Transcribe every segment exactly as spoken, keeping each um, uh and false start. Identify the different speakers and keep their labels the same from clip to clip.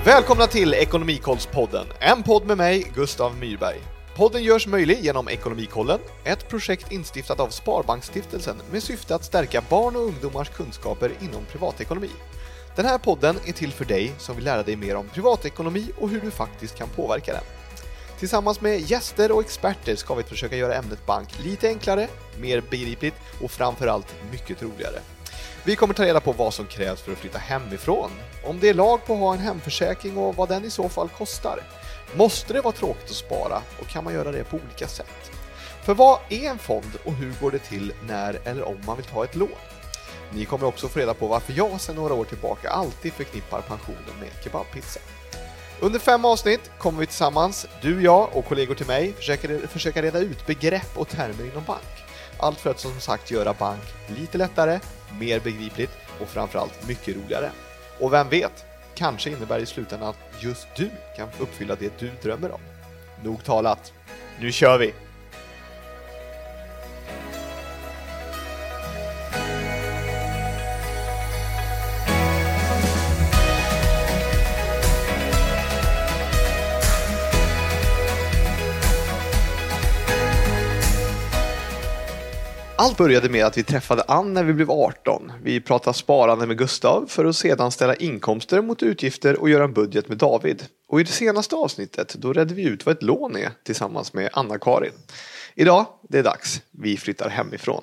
Speaker 1: Välkomna till Ekonomikollspodden, en podd med mig, Gustav Myrberg. Podden görs möjlig genom Ekonomikollen, ett projekt instiftat av Sparbanksstiftelsen med syfte att stärka barn och ungdomars kunskaper inom privatekonomi. Den här podden är till för dig som vill lära dig mer om privatekonomi och hur du faktiskt kan påverka den. Tillsammans med gäster och experter ska vi försöka göra ämnet bank lite enklare, mer begripligt och framförallt mycket roligare. Vi kommer ta reda på vad som krävs för att flytta hemifrån, om det är lag på att ha en hemförsäkring och vad den i så fall kostar. Måste det vara tråkigt att spara och kan man göra det på olika sätt? För vad är en fond och hur går det till när eller om man vill ta ett lån? Ni kommer också få reda på varför jag sedan några år tillbaka alltid förknippar pensionen med kebabpizza. Under fem avsnitt kommer vi tillsammans, du, jag och kollegor till mig, försöka, försöka reda ut begrepp och termer inom bank. Allt för att som sagt göra bank lite lättare, mer begripligt och framförallt mycket roligare. Och vem vet, kanske innebär i slutändan att just du kan uppfylla det du drömmer om. Nog talat, nu kör vi! Allt började med att vi träffade Ann när vi blev arton. Vi pratade sparande med Gustav för att sedan ställa inkomster mot utgifter och göra en budget med David. Och i det senaste avsnittet då redde vi ut vad ett lån är tillsammans med Anna-Karin. Idag, det är dags. Vi flyttar hemifrån.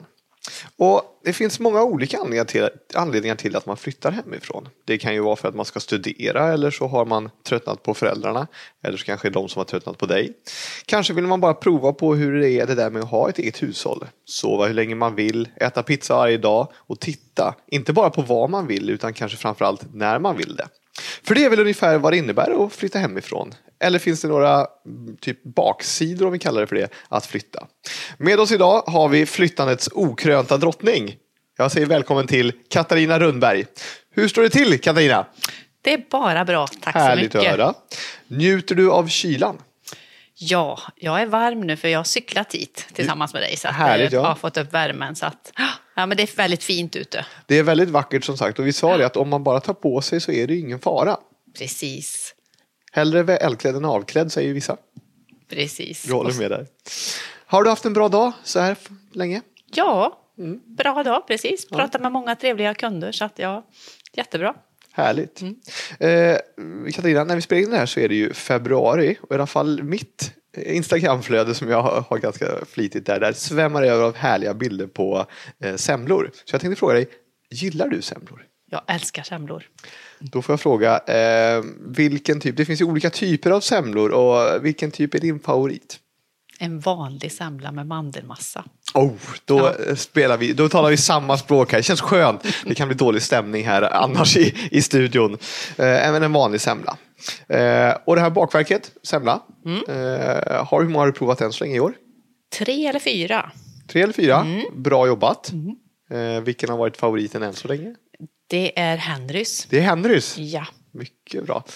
Speaker 1: Och det finns många olika anledningar till, anledningar till att man flyttar hemifrån. Det kan ju vara för att man ska studera eller så har man tröttnat på föräldrarna. Eller så kanske det är de som har tröttnat på dig. Kanske vill man bara prova på hur det är det där med att ha ett eget hushåll. Sova hur länge man vill, äta pizza varje dag och titta. Inte bara på vad man vill utan kanske framförallt när man vill det. För det är väl ungefär vad det innebär att flytta hemifrån. Eller finns det några typ baksidor om vi kallar det för det, att flytta? Med oss idag har vi flyttandets okrönta drottning. Jag säger välkommen till Katarina Rundberg. Hur står det till, Katarina?
Speaker 2: Det är bara bra, tack
Speaker 1: Härligt
Speaker 2: så mycket.
Speaker 1: Härligt att höra. Njuter du av kylan?
Speaker 2: Ja, jag är varm nu för jag har cyklat hit tillsammans med dig. Så att
Speaker 1: Härligt,
Speaker 2: jag
Speaker 1: ja.
Speaker 2: har fått upp värmen. Så att, ja, men det är väldigt fint ute.
Speaker 1: Det är väldigt vackert som sagt. Och vi sa det att om man bara tar på sig så är det ingen fara.
Speaker 2: Precis.
Speaker 1: Hellre välklädd än avklädd, säger vissa.
Speaker 2: Precis.
Speaker 1: Jag håller med där. Har du haft en bra dag så här länge?
Speaker 2: Ja, mm. bra dag, precis. Pratar med många trevliga kunder så att ja, jättebra.
Speaker 1: Härligt. Mm. Eh, Katarina, när vi spelar in det här så är det ju februari. Och i alla fall mitt Instagramflöde som jag har, har ganska flitigt där. Där svämmar över av härliga bilder på eh, semlor. Så jag tänkte fråga dig, gillar du semlor?
Speaker 2: Jag älskar semlor.
Speaker 1: Då får jag fråga, eh, vilken typ, det finns ju olika typer av semlor och vilken typ är din favorit?
Speaker 2: En vanlig semla med mandelmassa.
Speaker 1: Oh, då
Speaker 2: ja.
Speaker 1: spelar vi, då talar vi samma språk här. Det känns skönt. Det kan bli dålig stämning här annars i, i studion. Eh, även en vanlig semla. Eh, och det här bakverket, semla. Mm. Eh, har, hur många har du provat än så länge i år?
Speaker 2: Tre eller fyra.
Speaker 1: Tre eller fyra. Mm. Bra jobbat.
Speaker 2: Mm.
Speaker 1: Eh, vilken har varit favoriten än så länge?
Speaker 2: Det är Henrys.
Speaker 1: Det är Henrys?
Speaker 2: Ja.
Speaker 1: Mycket bra.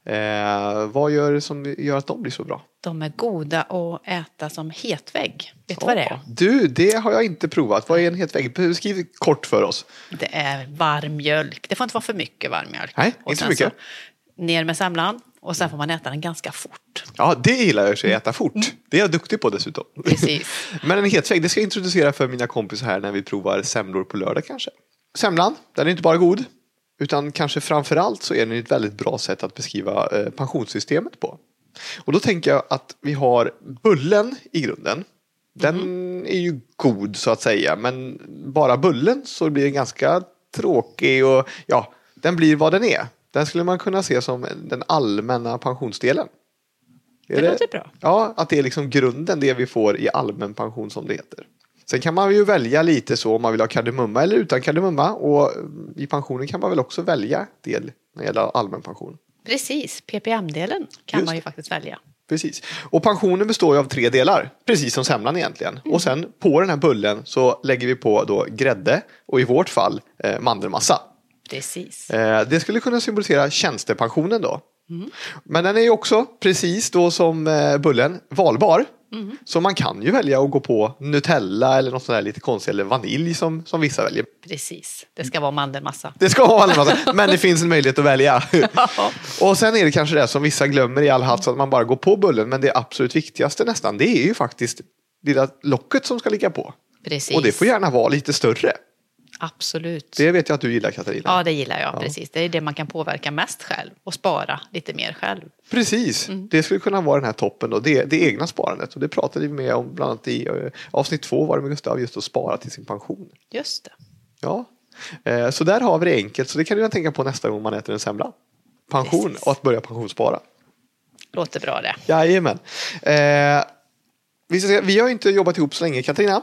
Speaker 1: Eh, vad gör det som gör att de blir så bra?
Speaker 2: De är goda att äta som hetvägg. Vet du ja. vad det är?
Speaker 1: Du, det har jag inte provat. Vad är en hetvägg? Skriv kort för oss.
Speaker 2: Det är varm mjölk. Det får inte vara för mycket varm mjölk.
Speaker 1: Nej, inte så mycket.
Speaker 2: Så, ner med semlan och sen får man äta den ganska fort.
Speaker 1: Ja, det gillar jag att äta fort. Mm. Det är jag duktig på dessutom.
Speaker 2: Precis.
Speaker 1: Men en hetvägg, det ska jag introducera för mina kompisar här när vi provar semlor på lördag kanske. Semlan, den är inte bara god. Utan kanske framförallt så är det ett väldigt bra sätt att beskriva eh, pensionssystemet på. Och då tänker jag att vi har bullen i grunden. Den mm. är ju god så att säga. Men bara bullen så blir den ganska tråkig och ja, den blir vad den är. Den skulle man kunna se som den allmänna pensionsdelen.
Speaker 2: Är det låter bra.
Speaker 1: Ja, att det är liksom grunden det vi får i allmän pension som det heter. Sen kan man ju välja lite så om man vill ha kardemumma eller utan kardemumma. Och i pensionen kan man väl också välja del när det gäller allmän pension.
Speaker 2: Precis, P P M-delen kan Just. man ju faktiskt välja.
Speaker 1: Precis. Och pensionen består ju av tre delar, precis som semlan egentligen. Mm. Och sen på den här bullen så lägger vi på då grädde och i vårt fall eh, mandelmassa.
Speaker 2: Precis.
Speaker 1: Eh, det skulle kunna symbolisera tjänstepensionen då.
Speaker 2: Mm.
Speaker 1: Men den är ju också precis då som eh, bullen valbar.
Speaker 2: Mm.
Speaker 1: Så man kan ju välja att gå på Nutella eller något sånt där lite konstigt, eller vanilj som, som vissa väljer.
Speaker 2: Precis, det ska vara mandelmassa.
Speaker 1: Det ska vara mandelmassa, men det finns en möjlighet att välja. Och sen är det kanske det som vissa glömmer i all hast, så att man bara går på bullen. Men det absolut viktigaste nästan, det är ju faktiskt lilla locket som ska ligga på.
Speaker 2: Precis.
Speaker 1: Och det får gärna vara lite större.
Speaker 2: Absolut.
Speaker 1: Det vet jag att du gillar, Katarina.
Speaker 2: Ja, det gillar jag.
Speaker 1: Ja.
Speaker 2: Precis. Det är det man kan påverka mest själv och spara lite mer själv.
Speaker 1: Precis. Mm. Det skulle kunna vara den här toppen då. Det, det egna sparandet. Och det pratade vi med om bland annat i uh, avsnitt två var det med Gustav, just att spara till sin pension.
Speaker 2: Just det.
Speaker 1: Ja. Eh, så där har vi det enkelt. Så det kan du tänka på nästa gång man äter en semla. Pension. Precis. Och att börja pensionsspara.
Speaker 2: Låter bra det.
Speaker 1: Jajamän. Eh, vi, ska säga, vi har inte jobbat ihop så länge, Katarina.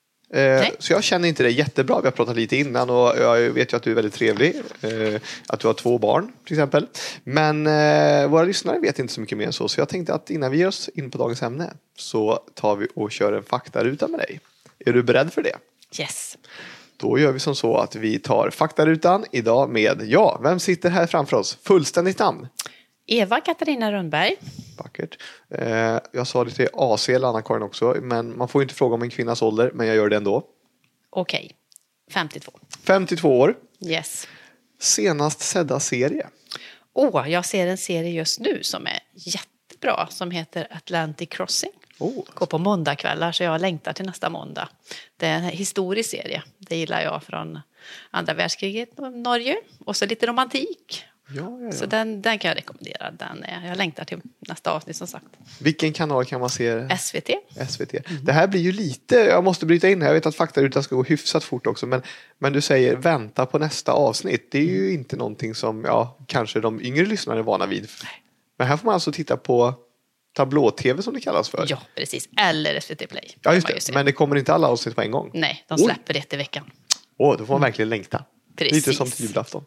Speaker 1: Eh, så jag känner inte det jättebra. Vi har pratat lite innan och jag vet ju att du är väldigt trevlig. Eh, att du har två barn till exempel. Men eh, våra lyssnare vet inte så mycket mer än så. Så jag tänkte att innan vi ger oss in på dagens ämne så tar vi och kör en faktaruta med dig. Är du beredd för det?
Speaker 2: Yes.
Speaker 1: Då gör vi som så att vi tar faktarutan idag med, ja, vem sitter här framför oss? Fullständigt namn.
Speaker 2: Eva Katarina Rönnberg.
Speaker 1: Vackert. Eh, jag sa det till A C eller Anna-Karin också, men man får inte fråga om en kvinnas ålder, men jag gör det ändå.
Speaker 2: Okej, okay. femtiotvå.
Speaker 1: femtiotvå år.
Speaker 2: Yes.
Speaker 1: Senast sedda serie?
Speaker 2: Åh, oh, jag ser en serie just nu som är jättebra, som heter Atlantic Crossing.
Speaker 1: Oh.
Speaker 2: Går på måndagkvällar, så jag längtar till nästa måndag. Det är en historisk serie. Det gillar jag, från andra världskriget och Norge. Och så lite romantik.
Speaker 1: Ja, ja, ja.
Speaker 2: Så den, den kan jag rekommendera. Den är, jag längtar till nästa avsnitt, som sagt.
Speaker 1: Vilken kanal kan man se?
Speaker 2: S V T.
Speaker 1: S V T. Mm. Det här blir ju lite, jag måste bryta in här. Jag vet att faktarutan ska gå hyfsat fort också. Men, men du säger vänta på nästa avsnitt. Det är ju mm. inte någonting som ja, kanske de yngre lyssnarna är vana vid. Men här får man alltså titta på tablå-tv som det kallas för.
Speaker 2: Ja, precis. Eller S V T Play.
Speaker 1: Ja, just det. Men det kommer inte alla avsnitt på en gång.
Speaker 2: Nej, de släpper ett i veckan.
Speaker 1: Åh, då får man mm. verkligen längta.
Speaker 2: Precis.
Speaker 1: Lite som till julafton.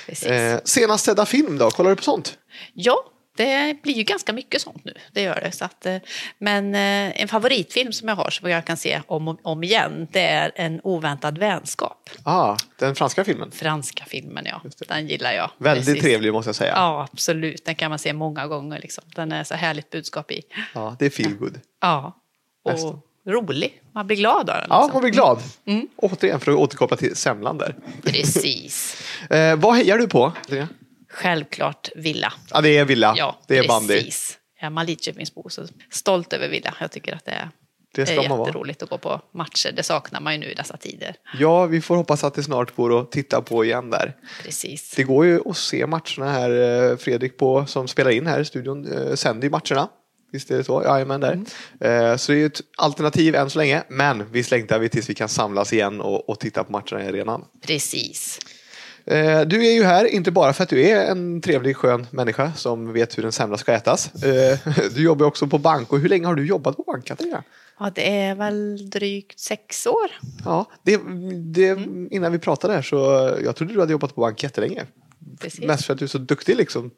Speaker 1: Eh, senast sedda film då? Kollar du på sånt?
Speaker 2: Ja, det blir ju ganska mycket sånt nu. Det gör det. Så att, men eh, en favoritfilm som jag har, som jag kan se om och om igen, det är En oväntad vänskap.
Speaker 1: Ah, den franska filmen?
Speaker 2: Franska filmen, ja. Den gillar jag.
Speaker 1: Väldigt
Speaker 2: Precis.
Speaker 1: Trevlig, måste jag säga.
Speaker 2: Ja, absolut. Den kan man se många gånger. Liksom. Den är så härligt budskap i.
Speaker 1: Ja, det är feel good.
Speaker 2: Ja, och Nästan. rolig. Man blir glad av den. Liksom.
Speaker 1: Ja, man blir glad.
Speaker 2: Mm.
Speaker 1: Återigen, för att återkoppla till semlan där.
Speaker 2: Precis.
Speaker 1: eh, vad hejar du på?
Speaker 2: Självklart Villa.
Speaker 1: Ja, det är Villa.
Speaker 2: Ja,
Speaker 1: det är
Speaker 2: precis.
Speaker 1: bandy.
Speaker 2: Jag är Lidköpingsbo, så stolt över Villa. Jag tycker att det är,
Speaker 1: det
Speaker 2: det är jätteroligt att gå på matcher. Det saknar man ju nu i dessa tider.
Speaker 1: Ja, vi får hoppas att det snart går att titta på igen där.
Speaker 2: Precis.
Speaker 1: Det går ju att se matcherna här. Fredrik på, som spelar in här i studion, sänder ju matcherna. Visst är det så? Jajamän där. Mm. Så det är ett alternativ än så länge. Men vi längtar vi tills vi kan samlas igen och, och titta på matcherna i arenan.
Speaker 2: Precis.
Speaker 1: Du är ju här inte bara för att du är en trevlig, skön människa som vet hur en semla ska ätas. Du jobbar också på bank. Och hur länge har du jobbat på bank, Katarina?
Speaker 2: Ja, det är väl drygt sex år.
Speaker 1: Ja, det, det, mm. innan vi pratade här så jag trodde du hade jobbat på bank jättelänge. Precis. Mest för att du är så duktig liksom.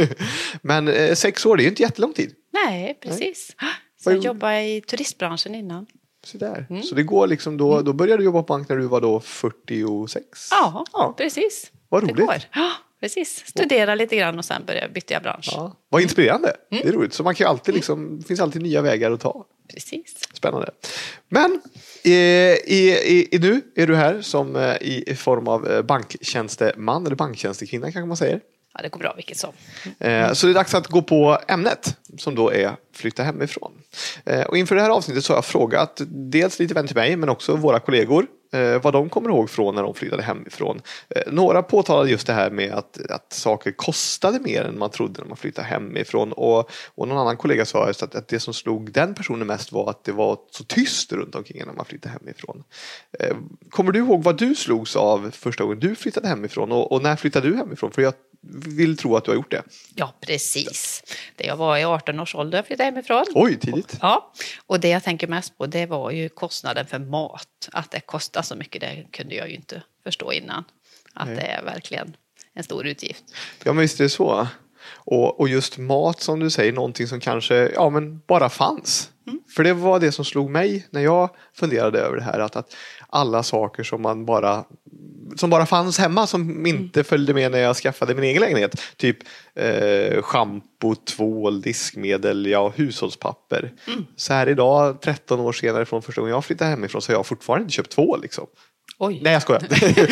Speaker 1: Men eh, sex år, det är ju inte jättelång tid.
Speaker 2: Nej, precis. Nej. Så jag jobbade i turistbranschen innan.
Speaker 1: Så där. Mm. Så det går liksom då, mm. då började du jobba på bank när du var då fyrtiosex?
Speaker 2: Ja, ja. Precis.
Speaker 1: Vad roligt.
Speaker 2: Det går. Ja, precis. Studera lite grann och sen börja byta jag bransch.
Speaker 1: Ja. Vad inspirerande. Mm. Det är roligt. Så man kan ju alltid liksom, det finns alltid nya vägar att ta.
Speaker 2: Precis.
Speaker 1: Spännande. Men i, i, i, nu är du här som i, i form av banktjänsteman eller banktjänstekvinna kanske man säger.
Speaker 2: Ja, det går bra vilket som.
Speaker 1: Mm. Så det är dags att gå på ämnet som då är flytta hemifrån. Och inför det här avsnittet så har jag frågat dels lite vänner till mig men också våra kollegor vad de kommer ihåg från när de flyttade hemifrån. Några påtalade just det här med att, att saker kostade mer än man trodde när man flyttade hemifrån. Och, och någon annan kollega sa just att, att det som slog den personen mest var att det var så tyst runt omkring när man flyttade hemifrån. Kommer du ihåg vad du slogs av första gången du flyttade hemifrån? Och, och när flyttade du hemifrån? För jag vill tro att du har gjort det.
Speaker 2: Ja, precis. Det jag var i arton års ålder flyttade hemifrån.
Speaker 1: Oj, tidigt.
Speaker 2: Ja, och det jag tänker mest på det var ju kostnaden för mat. Att det kostar så mycket, det kunde jag ju inte förstå innan. Att Nej. Det är verkligen en stor utgift.
Speaker 1: Ja, men visst är det så. Och, och just mat som du säger, någonting som kanske ja, men bara fanns. Mm. För det var det som slog mig när jag funderade över det här. Att, att alla saker som man bara som bara fanns hemma som inte mm. följde med när jag skaffade min egen lägenhet. Typ eh, shampoo, tvål, diskmedel, ja, hushållspapper. Mm. Så här idag, tretton år senare från första gången jag flyttade hemifrån, så har jag fortfarande inte köpt tvål liksom.
Speaker 2: Oj.
Speaker 1: Nej, jag skojar.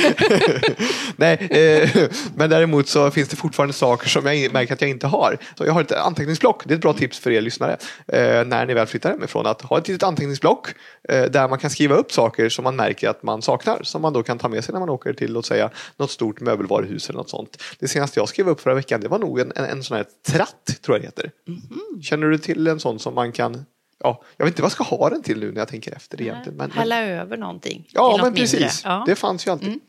Speaker 1: Nej, eh, men däremot så finns det fortfarande saker som jag märker att jag inte har. Så jag har ett anteckningsblock. Det är ett bra tips för er lyssnare eh, när ni väl flyttar hemifrån. Att ha ett litet anteckningsblock eh, där man kan skriva upp saker som man märker att man saknar. Som man då kan ta med sig när man åker till, låt säga, något stort möbelvaruhus eller något sånt. Det senaste jag skrev upp förra veckan, det var nog en, en, en sån här tratt, tror jag det heter. Mm-hmm. Känner du till en sån som man kan... Ja, jag vet inte vad jag ska ha den till nu när jag tänker efter egentligen. Men,
Speaker 2: Hälla men... över någonting.
Speaker 1: Ja, men precis. Ja. Det fanns ju alltid. Mm.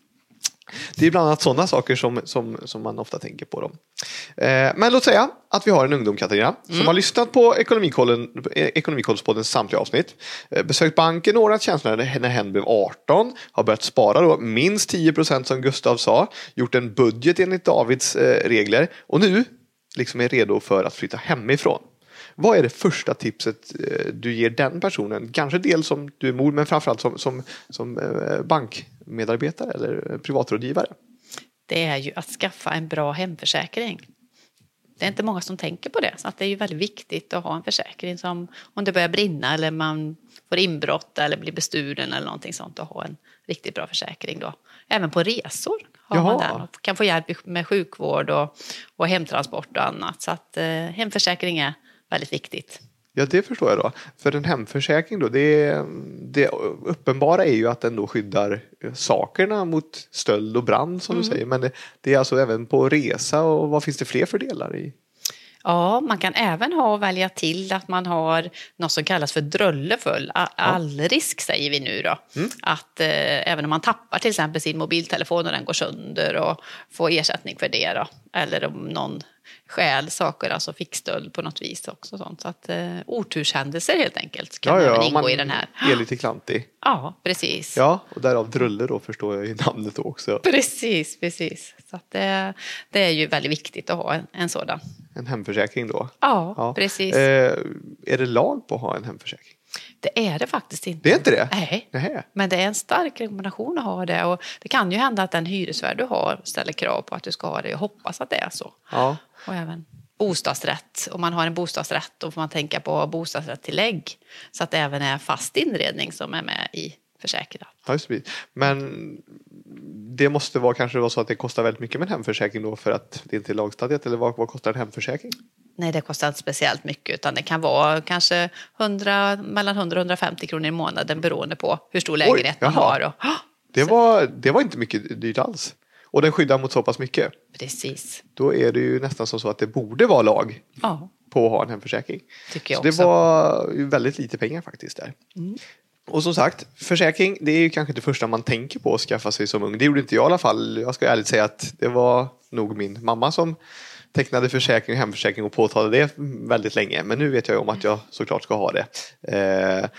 Speaker 1: Det är bland annat sådana saker som, som, som man ofta tänker på. Dem. Eh, men låt säga att vi har en ungdom, Katarina, mm. som har lyssnat på Ekonomikollen, Ekonomikollspoddens samtliga avsnitt. Eh, besökt banken några tjänster när hen blev arton. Har börjat spara då minst tio procent som Gustav sa. Gjort en budget enligt Davids eh, regler. Och nu liksom är redo för att flytta hemifrån. Vad är det första tipset du ger den personen? Kanske del som du är mor, men framförallt som, som, som bankmedarbetare eller privatrådgivare.
Speaker 2: Det är ju att skaffa en bra hemförsäkring. Det är inte många som tänker på det. Så att det är ju väldigt viktigt att ha en försäkring som om det börjar brinna eller man får inbrott eller blir bestulen eller någonting sånt. Att ha en riktigt bra försäkring då. Även på resor har Jaha. man den. Och kan få hjälp med sjukvård och, och hemtransport och annat. Så att eh, hemförsäkring är väldigt viktigt.
Speaker 1: Ja, det förstår jag då. För en hemförsäkring då, det, det uppenbara är ju att den då skyddar sakerna mot stöld och brand som mm. du säger. Men det, det är alltså även på resa, och vad finns det fler fördelar i?
Speaker 2: Ja, man kan även ha och välja till att man har något som kallas för dröllefull. Allrisk säger vi nu då. Mm. Att eh, även om man tappar till exempel sin mobiltelefon och den går sönder och får ersättning för det då. Eller om någon stjäl saker, alltså fickstöld på något vis också. Sånt. Så att eh, oturshändelser helt enkelt kan
Speaker 1: ja, ja,
Speaker 2: även ingå
Speaker 1: man
Speaker 2: i den här.
Speaker 1: Är lite klantig.
Speaker 2: Ja, precis.
Speaker 1: Ja, och därav drulle då förstår jag i namnet också.
Speaker 2: Precis, precis. Så att det, det är ju väldigt viktigt att ha en, en sådan.
Speaker 1: En hemförsäkring då?
Speaker 2: Ja, ja. precis.
Speaker 1: Eh, är det lag på att ha en hemförsäkring?
Speaker 2: Det är det faktiskt inte.
Speaker 1: Det är inte det?
Speaker 2: Nej,
Speaker 1: Nähe.
Speaker 2: Men det är en stark rekommendation att ha det. Och det kan ju hända att den hyresvärd du har ställer krav på att du ska ha det. Jag hoppas att det är så. Ja. Och även bostadsrätt. Om man har en bostadsrätt då får man tänka på bostadsrättstillägg. Så att det även är fast inredning som är med i försäkrat.
Speaker 1: Ja, just det. Men det måste vara kanske vara så att det kostar väldigt mycket med en hemförsäkring då för att det inte är lagstadgat, eller vad, vad kostar en hemförsäkring?
Speaker 2: Nej, det kostar inte speciellt mycket utan det kan vara kanske hundra, mellan hundra och hundrafemtio kronor i månaden beroende på hur stor lägenhet Oj, man har. Och,
Speaker 1: det, var, det var inte mycket dyrt alls. Och den skyddar mot så pass mycket.
Speaker 2: Precis.
Speaker 1: Då är det ju nästan som så att det borde vara lag ja. på att ha en hemförsäkring.
Speaker 2: Tycker jag
Speaker 1: så
Speaker 2: också.
Speaker 1: Det var ju väldigt lite pengar faktiskt där. Mm. Och som sagt, försäkring, det är ju kanske det första man tänker på att skaffa sig som ung. Det gjorde inte jag i alla fall. Jag ska ärligt säga att det var nog min mamma som tecknade försäkring och hemförsäkring och påtalade det väldigt länge. Men nu vet jag ju om att jag såklart ska ha det. Eh,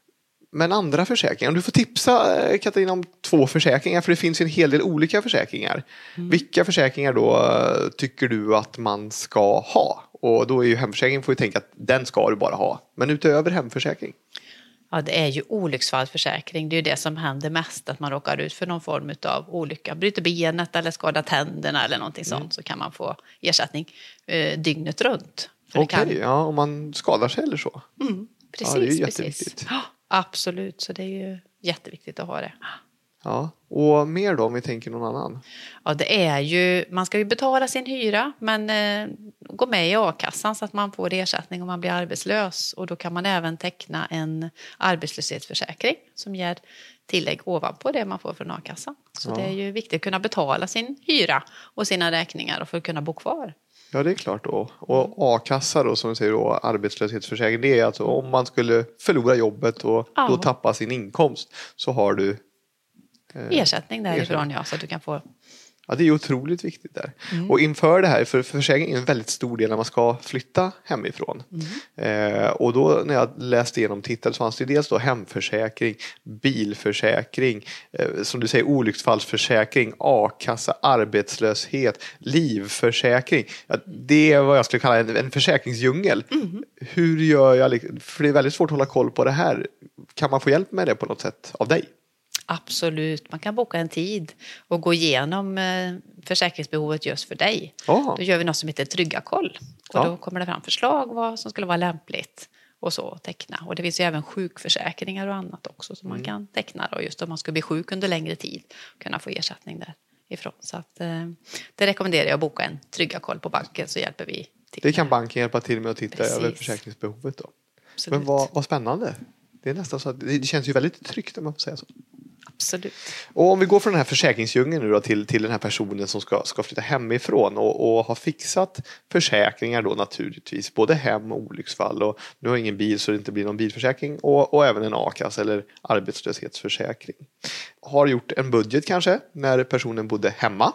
Speaker 1: men andra försäkringar, om du får tipsa Katarina om två försäkringar, för det finns ju en hel del olika försäkringar. Mm. Vilka försäkringar då tycker du att man ska ha? Och då är ju hemförsäkring, får ju tänka att den ska du bara ha. Men utöver hemförsäkring?
Speaker 2: Ja, det är ju olycksfallsförsäkring. Det är ju det som händer mest, att man råkar ut för någon form av olycka. Bryter benet eller skadar tänderna eller någonting sånt, mm. så kan man få ersättning eh, dygnet runt.
Speaker 1: Okej, okay, kan... ja, om man skadar sig eller så.
Speaker 2: Mm, precis,
Speaker 1: ja, det är ju
Speaker 2: precis.
Speaker 1: jätteviktigt.
Speaker 2: Ja, absolut, så det är ju jätteviktigt att ha det.
Speaker 1: Ja, och mer då om vi tänker någon annan?
Speaker 2: Ja, det är ju, man ska ju betala sin hyra men eh, gå med i a-kassan så att man får ersättning om man blir arbetslös. Och då kan man även teckna en arbetslöshetsförsäkring som ger tillägg ovanpå det man får från a-kassan. Så ja. det är ju viktigt att kunna betala sin hyra och sina räkningar och för att kunna bo kvar.
Speaker 1: Ja, det är klart då. Och a-kassa då, som du säger då, arbetslöshetsförsäkring, det är alltså om man skulle förlora jobbet och ja. då tappa sin inkomst, så har du
Speaker 2: ersättning därifrån, ja, så att du kan få...
Speaker 1: Ja, det är otroligt viktigt där. Mm. Och inför det här, för försäkring är en väldigt stor del när man ska flytta hemifrån. Mm. Eh, och då när jag läste igenom titeln så fanns det dels då hemförsäkring, bilförsäkring, eh, som du säger olycksfallsförsäkring, a-kassa, arbetslöshet, livförsäkring. Ja, det är vad jag skulle kalla en, en försäkringsdjungel. Mm. Hur gör jag, för det är väldigt svårt att hålla koll på det här. Kan man få hjälp med det på något sätt av dig?
Speaker 2: Absolut, man kan boka en tid och gå igenom eh, försäkringsbehovet just för dig.
Speaker 1: Oh.
Speaker 2: Då gör vi något som heter trygga koll. Och
Speaker 1: Ja.
Speaker 2: då kommer det fram förslag vad som skulle vara lämpligt och så teckna. Och det finns ju även sjukförsäkringar och annat också som mm. man kan teckna då, just om man skulle bli sjuk under längre tid och kunna få ersättning därifrån. Så att, eh, det rekommenderar jag att boka en trygga koll på banken så hjälper vi till.
Speaker 1: Det kan banken hjälpa till med att titta
Speaker 2: Precis.
Speaker 1: över försäkringsbehovet då.
Speaker 2: Absolut.
Speaker 1: Men vad, vad spännande. Det är nästan så att det känns ju väldigt tryggt om man får säga så.
Speaker 2: Absolut.
Speaker 1: Och om vi går från den här försäkringsdjungeln nu då till, till den här personen som ska, ska flytta hemifrån och, och har fixat försäkringar då naturligtvis. Både hem och olycksfall och nu har ingen bil så det inte blir någon bilförsäkring och, och även en a-kassa eller arbetslöshetsförsäkring. Har gjort en budget kanske när personen bodde hemma.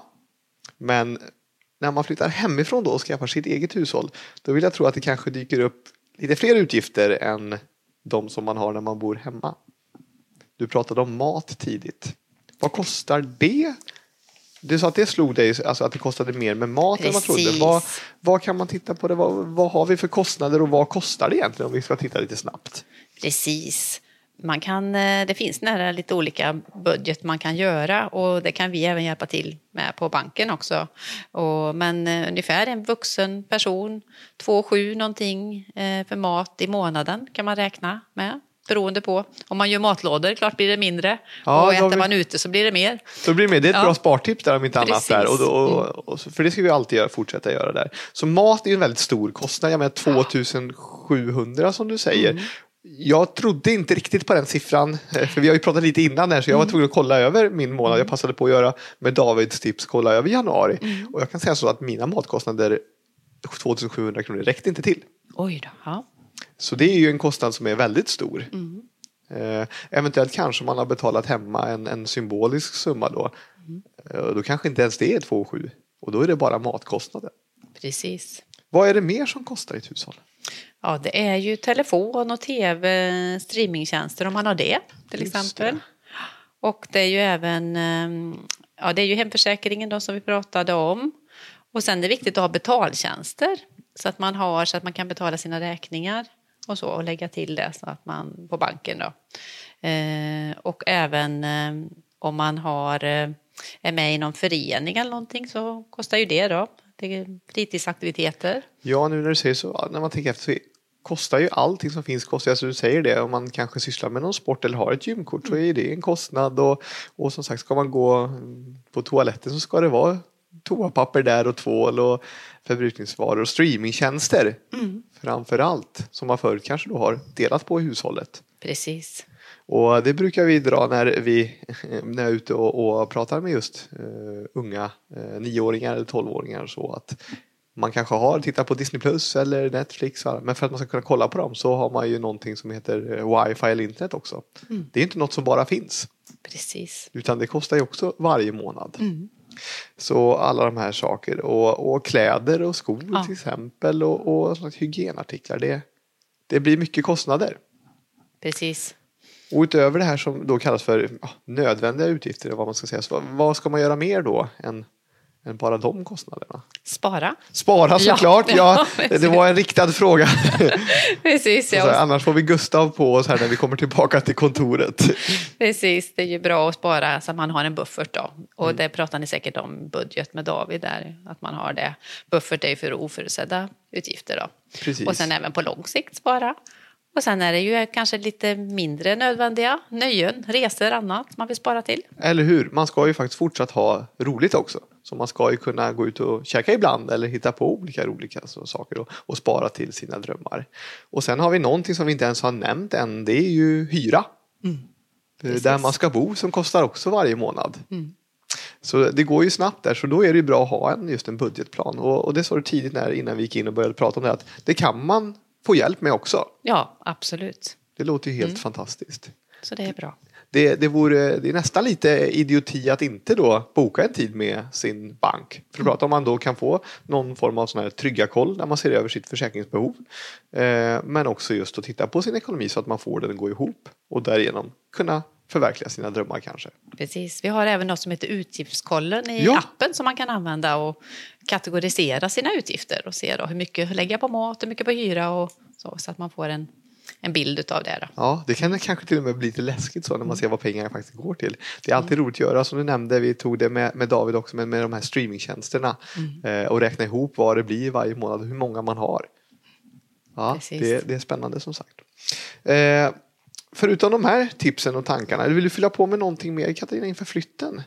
Speaker 1: Men när man flyttar hemifrån då och skaffar sitt eget hushåll då vill jag tro att det kanske dyker upp lite fler utgifter än de som man har när man bor hemma. Du pratade om mat tidigt. Vad kostar det? Du sa att det slog dig, alltså att det kostade mer med mat än man trodde. Vad, vad kan man titta på det? Vad, vad har vi för kostnader och vad kostar det egentligen om vi ska titta lite snabbt?
Speaker 2: Precis. Man kan, det finns nära lite olika budget man kan göra och det kan vi även hjälpa till med på banken också. Och, men ungefär en vuxen person, två sju någonting för mat i månaden kan man räkna med. Beroende på. Om man gör matlådor, klart blir det mindre. Ja, och äter vi... man ute så blir det mer.
Speaker 1: Så blir det mer. Det är ett ja. bra spartips där om inte
Speaker 2: Precis.
Speaker 1: annat. Där. Och då, och, och, för det ska vi alltid göra, fortsätta göra där. Så mat är en väldigt stor kostnad. Jag menar tvåtusensjuhundra som du säger. Mm. Jag trodde inte riktigt på den siffran. För vi har ju pratat lite innan här så jag var tvungen att kolla över min månad. Jag passade på att göra med Davids tips, kolla över januari. Mm. Och jag kan säga så att mina matkostnader tvåtusensjuhundra kronor räckte inte till.
Speaker 2: Oj då, ja.
Speaker 1: Så det är ju en kostnad som är väldigt stor.
Speaker 2: Mm.
Speaker 1: Eh, eventuellt kanske man har betalat hemma en, en symbolisk summa då. Mm. Eh, då kanske inte ens det är två komma sju. Och då är det bara matkostnader.
Speaker 2: Precis.
Speaker 1: Vad är det mer som kostar i ett hushåll?
Speaker 2: Ja, det är ju telefon och tv, streamingtjänster om man har det till Just exempel. Det. Och det är ju även ja, det är ju hemförsäkringen då som vi pratade om. Och sen är det viktigt att ha betaltjänster. Så att man har så att man kan betala sina räkningar och så och lägga till det så att man på banken då. Eh, och även eh, om man har eh, är med i någon förening eller någonting så kostar ju det då. Det är fritidsaktiviteter.
Speaker 1: Ja, nu när du säger så, när man tänker efter så kostar ju allting som finns kostar. Alltså du säger det, om man kanske sysslar med någon sport eller har ett gymkort så är det en kostnad. Och, och som sagt, ska man gå på toaletten så ska det vara toapapper där och tvål och förbrukningsvaror och streamingtjänster mm. framför allt som man förut kanske då har delat på i hushållet.
Speaker 2: Precis.
Speaker 1: Och det brukar vi dra när vi när jag är ute och, och pratar med just uh, unga uh, nioåringar eller tolvåringar så att man kanske har tittat på Disney Plus eller Netflix men för att man ska kunna kolla på dem så har man ju någonting som heter wifi eller internet också. Mm. Det är inte något som bara finns.
Speaker 2: Precis.
Speaker 1: Utan det kostar ju också varje månad.
Speaker 2: Mm.
Speaker 1: Så alla de här saker och, och kläder och skor ja. till exempel och, och sånt hygienartiklar det, det blir mycket kostnader.
Speaker 2: Precis.
Speaker 1: Och utöver det här som då kallas för ja, nödvändiga utgifter vad man ska säga så vad ska man göra mer då än, än bara de kostnaderna?
Speaker 2: Spara.
Speaker 1: Spara såklart, ja. ja det var en riktad fråga.
Speaker 2: Precis, ja.
Speaker 1: Så annars får vi Gustav på oss här när vi kommer tillbaka till kontoret.
Speaker 2: Precis, det är ju bra att spara så att man har en buffert då. Och mm. det pratar ni säkert om budget med David där, att man har det. Buffert är ju för oförutsedda utgifter då.
Speaker 1: Precis.
Speaker 2: Och sen även på lång sikt spara. Och sen är det ju kanske lite mindre nödvändiga nöjen, resor, annat man vill spara till.
Speaker 1: Eller hur? Man ska ju faktiskt fortsatt ha roligt också. Så man ska ju kunna gå ut och käka ibland eller hitta på olika roliga saker och, och spara till sina drömmar. Och sen har vi någonting som vi inte ens har nämnt än. Det är ju hyra. Mm. Där man ska bo som kostar också varje månad. Mm. Så det går ju snabbt där så då är det ju bra att ha en, just en budgetplan. Och, och det sa du tidigt när, innan vi gick in och började prata om det att det kan man få hjälp med också.
Speaker 2: Ja, absolut.
Speaker 1: Det låter ju helt
Speaker 2: mm.
Speaker 1: fantastiskt.
Speaker 2: Så det är bra.
Speaker 1: Det, det, vore, det är nästan lite idioti att inte då boka en tid med sin bank. För att prata om man då kan få någon form av sån här trygga koll där man ser över sitt försäkringsbehov. Eh, men också just att titta på sin ekonomi så att man får den att gå ihop. Och därigenom kunna förverkliga sina drömmar kanske.
Speaker 2: Precis. Vi har även något som heter utgiftskollen i
Speaker 1: ja.
Speaker 2: appen som man kan använda och kategorisera sina utgifter och se då hur mycket lägger jag på mat, hur mycket på hyra och så, så att man får en en bild utav det då.
Speaker 1: Ja, det kan kanske till och med bli lite läskigt så när man ser vad pengarna faktiskt går till. Det är alltid mm. roligt att göra, som du nämnde, vi tog det med, med David också, med, med de här streamingtjänsterna mm. eh, och räkna ihop vad det blir varje månad och hur många man har. Ja, det, det är spännande som sagt. Eh, förutom de här tipsen och tankarna, vill du fylla på med någonting mer, Katarina, inför flytten?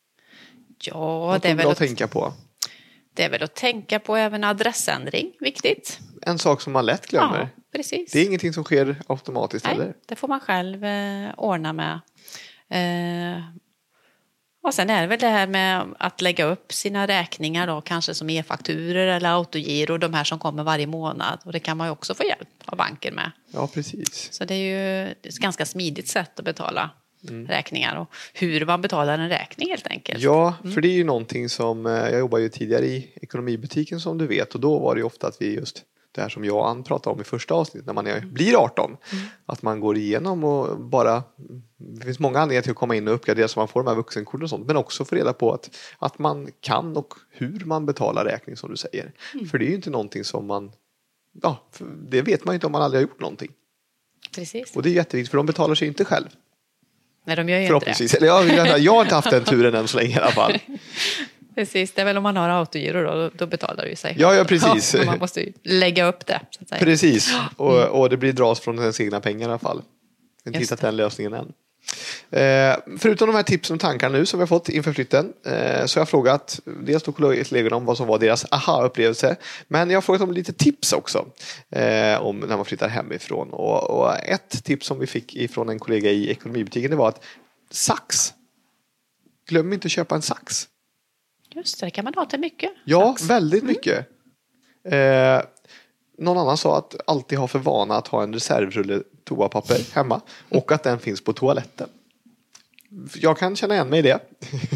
Speaker 2: Ja,
Speaker 1: något
Speaker 2: det är väl
Speaker 1: att
Speaker 2: att
Speaker 1: tänka på.
Speaker 2: Det är väl att tänka på även adressändring, viktigt.
Speaker 1: En sak som man lätt glömmer.
Speaker 2: Ja, precis.
Speaker 1: Det är ingenting som sker automatiskt.
Speaker 2: Nej,
Speaker 1: eller?
Speaker 2: Det får man själv eh, ordna med. Eh, och sen är det väl det här med att lägga upp sina räkningar då, kanske som e-fakturor eller autogiro, de här som kommer varje månad. Och det kan man ju också få hjälp av banken med.
Speaker 1: Ja, precis.
Speaker 2: Så det är ju ett ganska smidigt sätt att betala mm. räkningar och hur man betalar en räkning helt enkelt.
Speaker 1: Ja, för mm. det är ju någonting som, jag jobbar ju tidigare i ekonomibutiken som du vet, och då var det ju ofta att vi just det här som jag och Ann pratade om i första avsnittet när man är, blir arton. Mm. Att man går igenom och bara, det finns många anledningar till att komma in och uppgradera så man får de här vuxenkorten och sånt. Men också få reda på att, att man kan och hur man betalar räkning som du säger. Mm. För det är ju inte någonting som man, ja, det vet man ju inte om man aldrig har gjort någonting.
Speaker 2: Precis.
Speaker 1: Och det är jätteviktigt för de betalar sig inte själv.
Speaker 2: Nej, de gör ju
Speaker 1: Förhoppningsvis. Inte det. Eller jag, jag har inte haft den turen än så länge i alla fall.
Speaker 2: Precis, det är väl om man har autogiro då, då betalar det ju sig.
Speaker 1: Ja, ja precis.
Speaker 2: Ja, man måste ju lägga upp det. Så att säga.
Speaker 1: Precis, och, och det blir dras från ens egna pengar i alla fall. Jag har inte hittat den lösningen än. Eh, förutom de här tipsen och tankar nu som vi har fått inför flytten eh, så har jag frågat dels då kollegorna om vad som var deras aha-upplevelse, men jag har frågat om lite tips också eh, om när man flyttar hemifrån och, och ett tips som vi fick ifrån en kollega i ekonomibutiken, det var att sax, glöm inte att köpa en sax.
Speaker 2: Just det, det kan man ha till mycket.
Speaker 1: Ja,
Speaker 2: sax.
Speaker 1: väldigt mycket. Mm. Eh, någon annan sa att alltid ha för vana att ha en reservrulle toapapper hemma och att den finns på toaletten. Jag kan känna igen mig i det.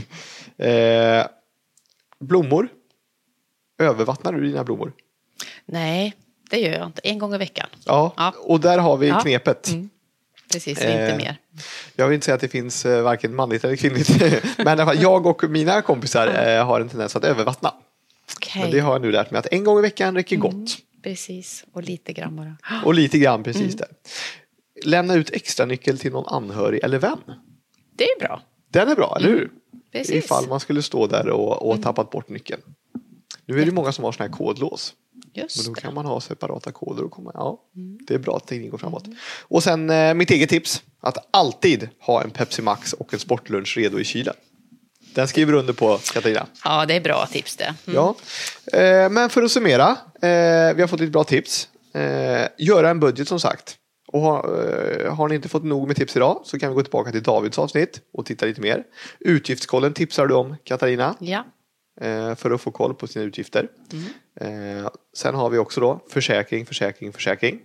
Speaker 1: eh, blommor. Övervattnar du dina blommor?
Speaker 2: Nej, det gör jag inte. En gång i veckan.
Speaker 1: Ja, ja. Och där har vi ja. knepet. Mm.
Speaker 2: Precis, eh, inte mer.
Speaker 1: Jag vill inte säga att det finns eh, varken manligt eller kvinnligt. Men i alla fall, jag och mina kompisar eh, har en tendens att övervattna.
Speaker 2: Okay.
Speaker 1: Men det har jag nu lärt mig att en gång i veckan räcker
Speaker 2: mm.
Speaker 1: gott.
Speaker 2: Precis, och lite grann bara.
Speaker 1: Och lite grann, precis
Speaker 2: mm.
Speaker 1: där. Lämna ut extra nyckel till någon anhörig eller vän.
Speaker 2: Det är bra.
Speaker 1: Den är bra, eller hur?
Speaker 2: Precis.
Speaker 1: Ifall man skulle stå där och, och tappat bort nyckeln. Nu är det många som har såna här kodlås.
Speaker 2: Just
Speaker 1: Men då
Speaker 2: det.
Speaker 1: kan man ha separata koder och komma. Ja,
Speaker 2: mm.
Speaker 1: det är bra att tekniken går framåt. Mm. Och sen eh, mitt eget tips. Att alltid ha en Pepsi Max och en sportlunch redo i kylen. Den skriver under på, Katarina.
Speaker 2: Ja, det är bra tips det. Mm.
Speaker 1: Ja. Eh, men för att summera. Eh, vi har fått lite bra tips. Eh, göra en budget som sagt. Och har, eh, har ni inte fått nog med tips idag så kan vi gå tillbaka till Davids avsnitt och titta lite mer. Utgiftskollen tipsar du om, Katarina.
Speaker 2: Ja.
Speaker 1: Eh, för att få koll på sina utgifter.
Speaker 2: Mm.
Speaker 1: Eh, sen har vi också då försäkring, försäkring, försäkring.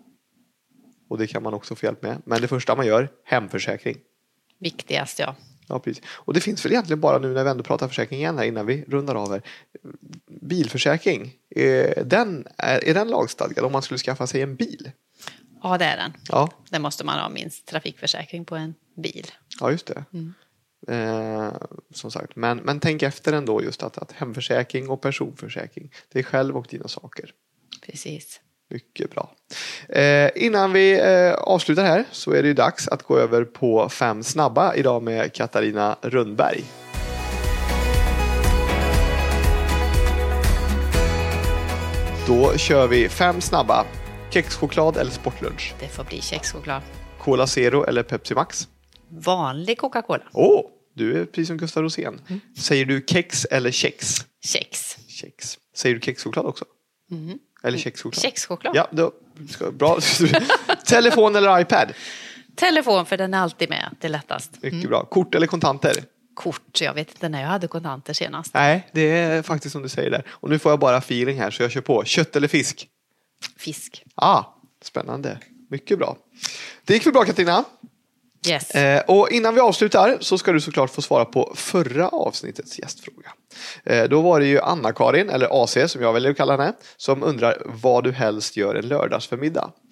Speaker 1: Och det kan man också få hjälp med. Men det första man gör, hemförsäkring.
Speaker 2: Viktigast, ja.
Speaker 1: Ja, precis. Och det finns väl egentligen bara nu när vi ändå pratar försäkring igen här innan vi rundar av här. Bilförsäkring, är den, är, är den lagstadgad om man skulle skaffa sig en bil?
Speaker 2: Ja, det är den.
Speaker 1: Ja.
Speaker 2: Det måste man ha minst trafikförsäkring på en bil.
Speaker 1: Ja, just det. Mm. Eh, som sagt. Men, men tänk efter ändå just att, att hemförsäkring och personförsäkring. Det är själv och dina saker.
Speaker 2: Precis.
Speaker 1: Mycket bra. Eh, innan vi eh, avslutar här så är det ju dags att gå över på fem snabba idag med Katarina Rundberg. Då kör vi fem snabba. Kexchoklad eller sportlunch?
Speaker 2: Det får bli kexchoklad.
Speaker 1: Cola Zero eller Pepsi Max?
Speaker 2: Vanlig Coca-Cola.
Speaker 1: Åh, oh, du är precis som Gustav Rosén. Mm. Säger du kex eller kex?
Speaker 2: Kex.
Speaker 1: Kex. Säger du kexchoklad också?
Speaker 2: Mm.
Speaker 1: Eller kexchoklad?
Speaker 2: Kexchoklad.
Speaker 1: Ja, då, bra. Telefon eller iPad?
Speaker 2: Telefon, för den är alltid med. Det är lättast.
Speaker 1: Mycket mm. bra. Kort eller kontanter?
Speaker 2: Kort. Jag vet inte när jag hade kontanter senast.
Speaker 1: Nej, det är faktiskt som du säger där. Och nu får jag bara feeling här så jag kör på. Kött eller fisk?
Speaker 2: Fisk.
Speaker 1: Ah, spännande. Mycket bra. Det gick för bra, Katarina.
Speaker 2: Yes.
Speaker 1: Eh, och innan vi avslutar så ska du såklart få svara på förra avsnittets gästfråga. Eh, då var det ju Anna-Karin, eller A C som jag väljer att kalla henne, som undrar vad du helst gör en lördagsförmiddag.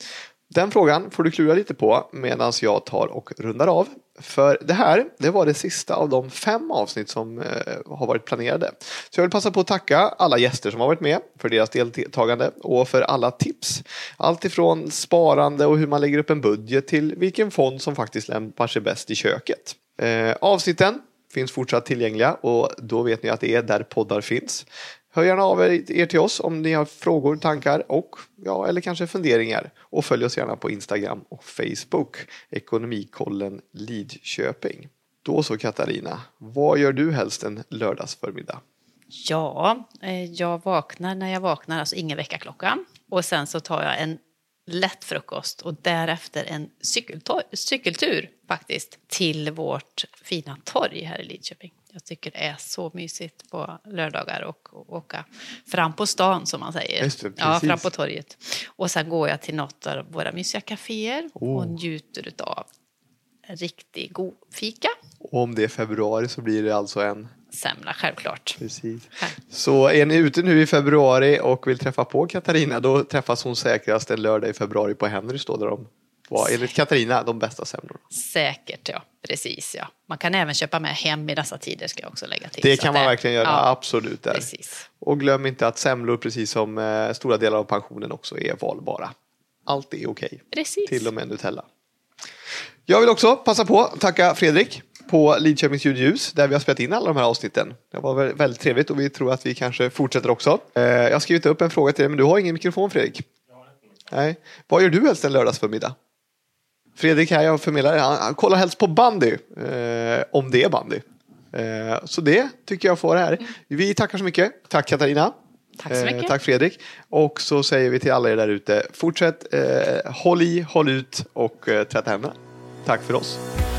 Speaker 1: Den frågan får du klura lite på medan jag tar och rundar av. För det här, det var det sista av de fem avsnitt som eh, har varit planerade. Så jag vill passa på att tacka alla gäster som har varit med för deras deltagande och för alla tips. Allt ifrån sparande och hur man lägger upp en budget till vilken fond som faktiskt lämpar sig bäst i köket. Eh, avsnitten finns fortsatt tillgängliga och då vet ni att det är där poddar finns. Hör gärna av er till oss om ni har frågor, tankar och ja, eller kanske funderingar. Och följ oss gärna på Instagram och Facebook. Ekonomikollen Lidköping. Då så Katarina, vad gör du helst en lördagsförmiddag?
Speaker 2: Ja, jag vaknar när jag vaknar, alltså ingen väckarklocka. Och sen så tar jag en lätt frukost och därefter en cykeltor- cykeltur faktiskt till vårt fina torg här i Lidköping. Jag tycker det är så mysigt på lördagar och åka fram på stan som man säger.
Speaker 1: Just det,
Speaker 2: ja, fram på torget. Och sen går jag till något av våra mysiga kaféer
Speaker 1: oh.
Speaker 2: och njuter av en riktigt god fika.
Speaker 1: Och om det är februari så blir det alltså en
Speaker 2: semla, självklart.
Speaker 1: Precis. Så är ni ute nu i februari och vill träffa på Katarina, då träffas hon säkrast en lördag i februari på Henrys då, där de var enligt Katarina de bästa semlorna.
Speaker 2: Säkert, ja. Precis, ja. Man kan även köpa med hem i dessa tider, ska jag också lägga till.
Speaker 1: Det kan man
Speaker 2: det,
Speaker 1: verkligen göra,
Speaker 2: ja,
Speaker 1: absolut. Där.
Speaker 2: Precis.
Speaker 1: Och glöm inte att semlor, precis som eh, stora delar av pensionen också, är valbara. Allt är okej.
Speaker 2: Precis.
Speaker 1: Till och med Nutella. Jag vill också passa på att tacka Fredrik på Lidköpings ljudljus där vi har spelat in alla de här avsnitten. Det var väldigt trevligt och vi tror att vi kanske fortsätter också. Eh, jag har skrivit upp en fråga till dig, men du har ingen mikrofon, Fredrik. Nej. Vad gör du helst en lördagsförmiddag? Fredrik här, jag förmedlar, han, han kollar helst på bandy, eh, om det är bandy. Eh, så det tycker jag får här. Vi tackar så mycket. Tack Katarina.
Speaker 2: Tack så mycket.
Speaker 1: Eh, tack Fredrik. Och så säger vi till alla er där ute, fortsätt, eh, håll i, håll ut och eh, tvätta händerna. Tack för oss.